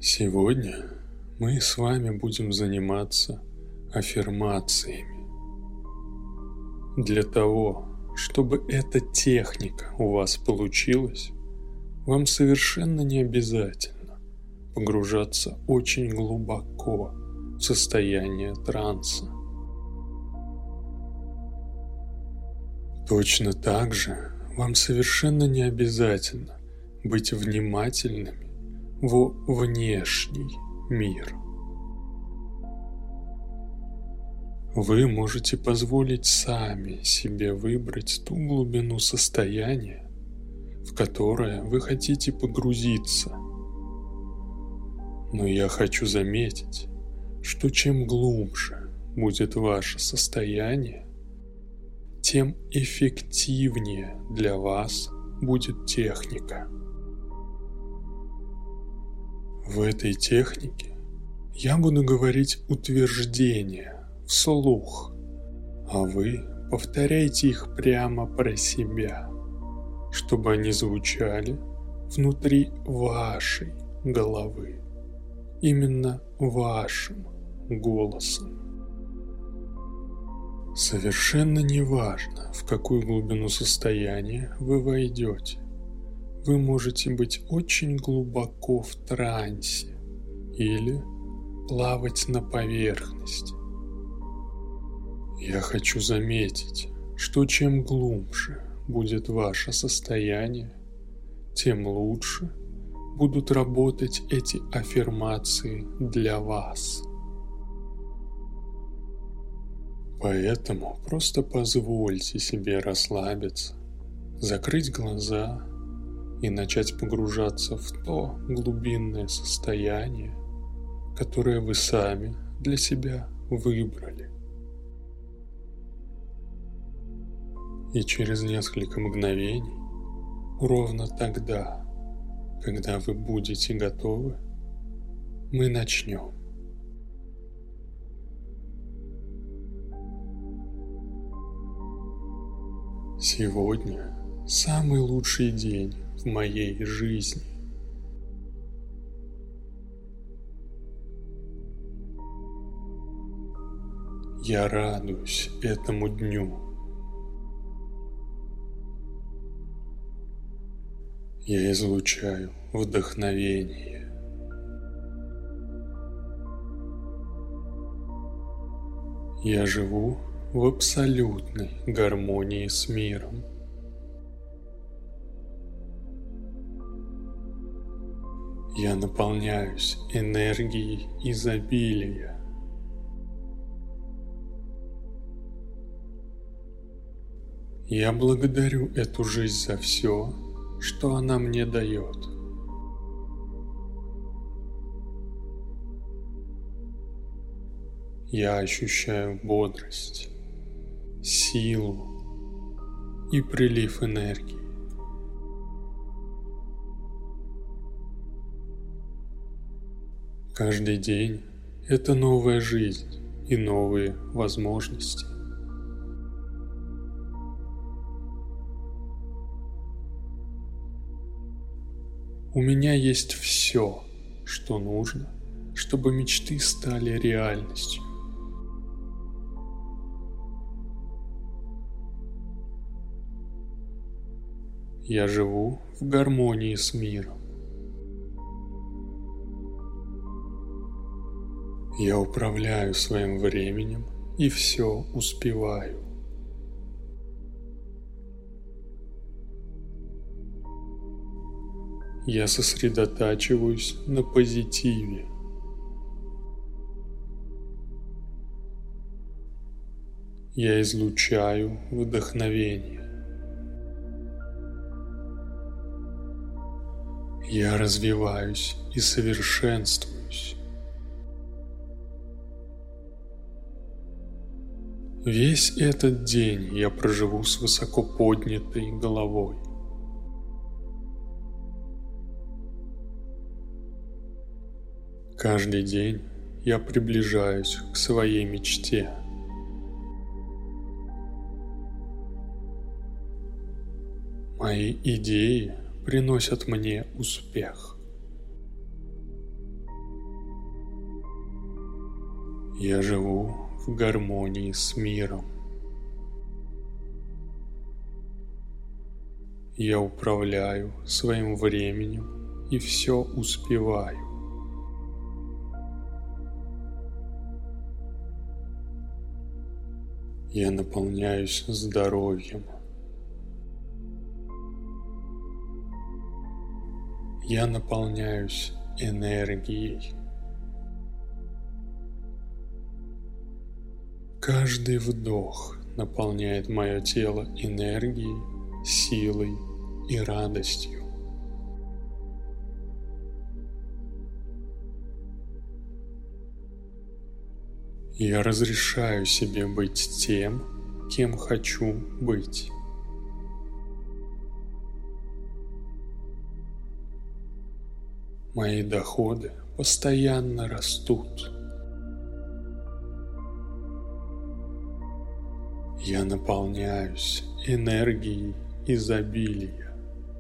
Сегодня мы с вами будем заниматься аффирмациями. Для того, чтобы эта техника у вас получилась, вам совершенно не обязательно погружаться очень глубоко в состояние транса. Точно так же вам совершенно не обязательно быть внимательными во внешний мир. Вы можете позволить сами себе выбрать ту глубину состояния, в которое вы хотите погрузиться. Но я хочу заметить, что чем глубже будет ваше состояние, тем эффективнее для вас будет техника. В этой технике я буду говорить утверждения вслух, а вы повторяйте их прямо про себя, чтобы они звучали внутри вашей головы, именно вашим голосом. Совершенно не важно, в какую глубину состояния вы войдете. Вы можете быть очень глубоко в трансе или плавать на поверхности. Я хочу заметить, что чем глубже будет ваше состояние, тем лучше будут работать эти аффирмации для вас. Поэтому просто позвольте себе расслабиться, закрыть глаза и начать погружаться в то глубинное состояние, которое вы сами для себя выбрали. И через несколько мгновений, ровно тогда, когда вы будете готовы, мы начнем. Сегодня самый лучший день в моей жизни. Я радуюсь этому дню. Я излучаю вдохновение. Я живу в абсолютной гармонии с миром. Я наполняюсь энергией изобилия. Я благодарю эту жизнь за все, что она мне дает. Я ощущаю бодрость, силу и прилив энергии. Каждый день – это новая жизнь и новые возможности. У меня есть все, что нужно, чтобы мечты стали реальностью. Я живу в гармонии с миром. Я управляю своим временем и все успеваю. Я сосредотачиваюсь на позитиве. Я излучаю вдохновение. Я развиваюсь и совершенствуюсь. Весь этот день я проживу с высоко поднятой головой. Каждый день я приближаюсь к своей мечте. Мои идеи приносят мне успех. Я живу в гармонии с миром. Я управляю своим временем и все успеваю. Я наполняюсь здоровьем. Я наполняюсь энергией. Каждый вдох наполняет мое тело энергией, силой и радостью. Я разрешаю себе быть тем, кем хочу быть. Мои доходы постоянно растут. Я наполняюсь энергией изобилия.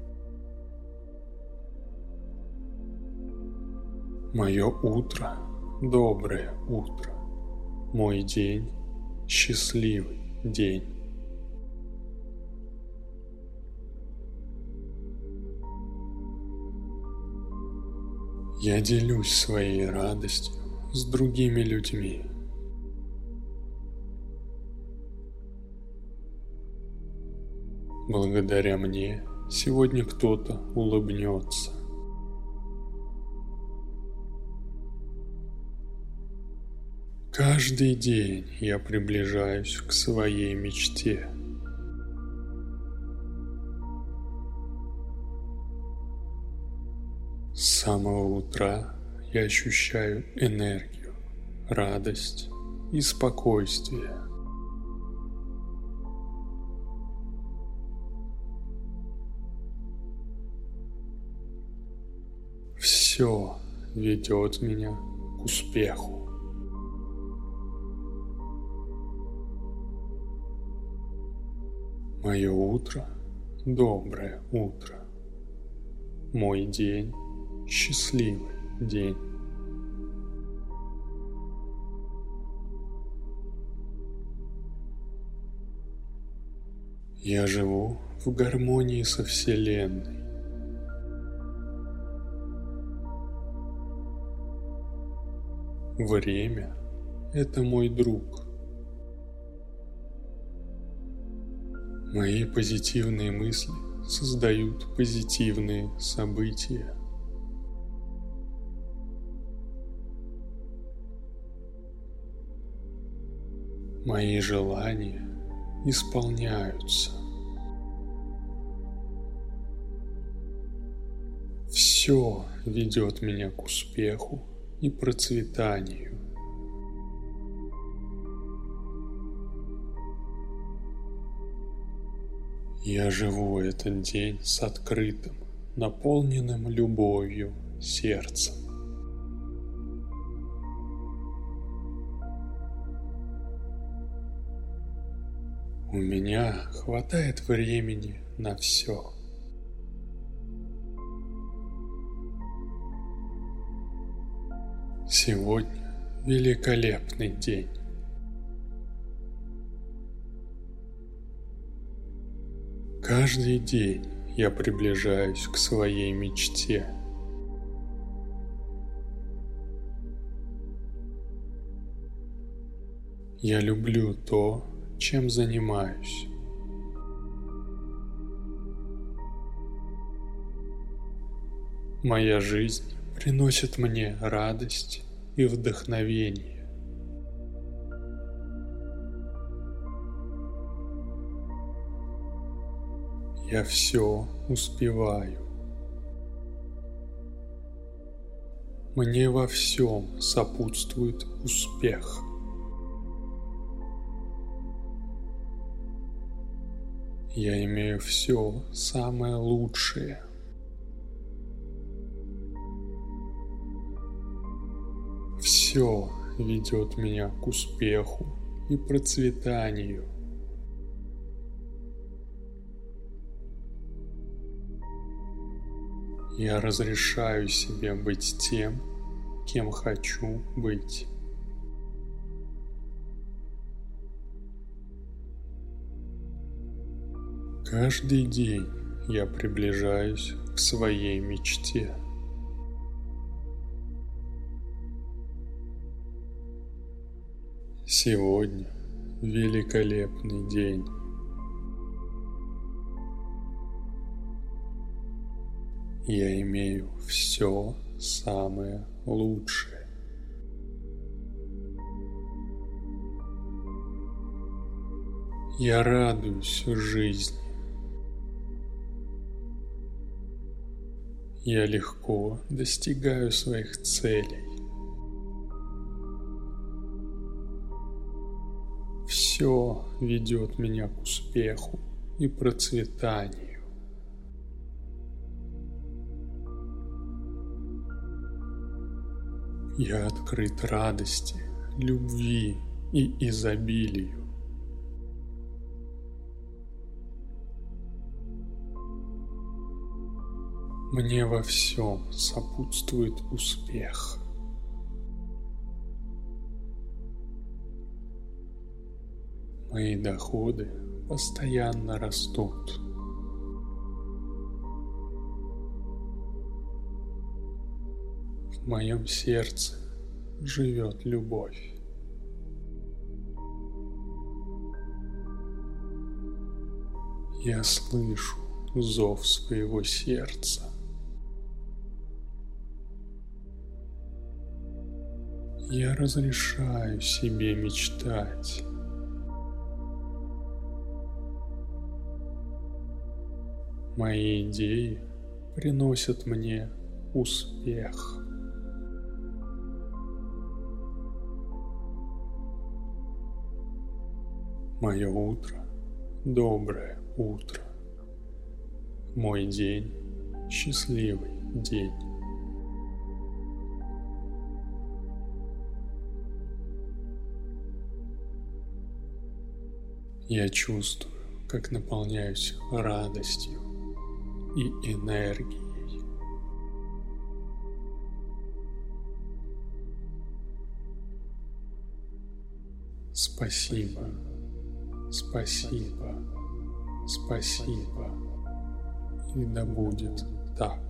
Мое утро – доброе утро. Мой день – счастливый день. Я делюсь своей радостью с другими людьми. Благодаря мне сегодня кто-то улыбнется. Каждый день я приближаюсь к своей мечте. С самого утра я ощущаю энергию, радость и спокойствие. Все ведет меня к успеху. Мое утро – доброе утро. Мой день – счастливый день. Я живу в гармонии со Вселенной. Время – это мой друг. Мои позитивные мысли создают позитивные события. Мои желания исполняются. Все ведет меня к успеху и процветанию. Я живу этот день с открытым, наполненным любовью сердцем. У меня хватает времени на все. Сегодня великолепный день. Каждый день я приближаюсь к своей мечте. Я люблю то, чем занимаюсь. Моя жизнь приносит мне радость и вдохновение. Я все успеваю. Мне во всем сопутствует успех. Я имею все самое лучшее. Все ведет меня к успеху и процветанию. Я разрешаю себе быть тем, кем хочу быть. Каждый день я приближаюсь к своей мечте. Сегодня великолепный день. Я имею все самое лучшее. Я радуюсь жизни. Я легко достигаю своих целей. Все ведет меня к успеху и процветанию. Я открыт радости, любви и изобилию. Мне во всем сопутствует успех. Мои доходы постоянно растут. В моем сердце живет любовь. Я слышу зов своего сердца. Я разрешаю себе мечтать. Мои идеи приносят мне успех. Мое утро – доброе утро. Мой день – счастливый день. Я чувствую, как наполняюсь радостью и энергией. Спасибо, спасибо, спасибо. И да будет так.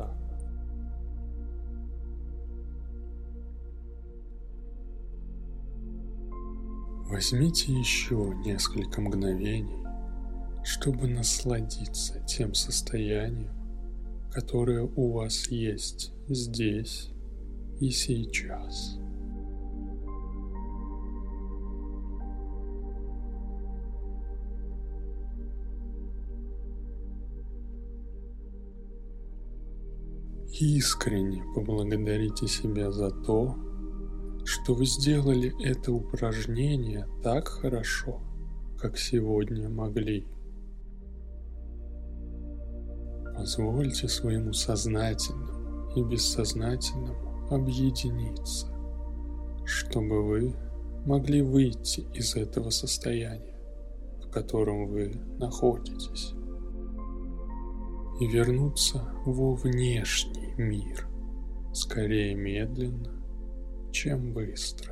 Возьмите еще несколько мгновений, чтобы насладиться тем состоянием, которое у вас есть здесь и сейчас. Искренне поблагодарите себя за то, что вы сделали это упражнение так хорошо, как сегодня могли. Позвольте своему сознательному и бессознательному объединиться, чтобы вы могли выйти из этого состояния, в котором вы находитесь, и вернуться во внешний мир, скорее медленно, чем быстро.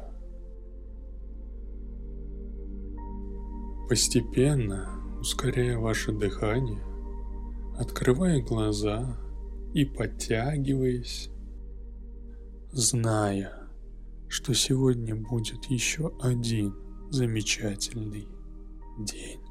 Постепенно, ускоряя ваше дыхание, открывая глаза и подтягиваясь, зная, что сегодня будет еще один замечательный день.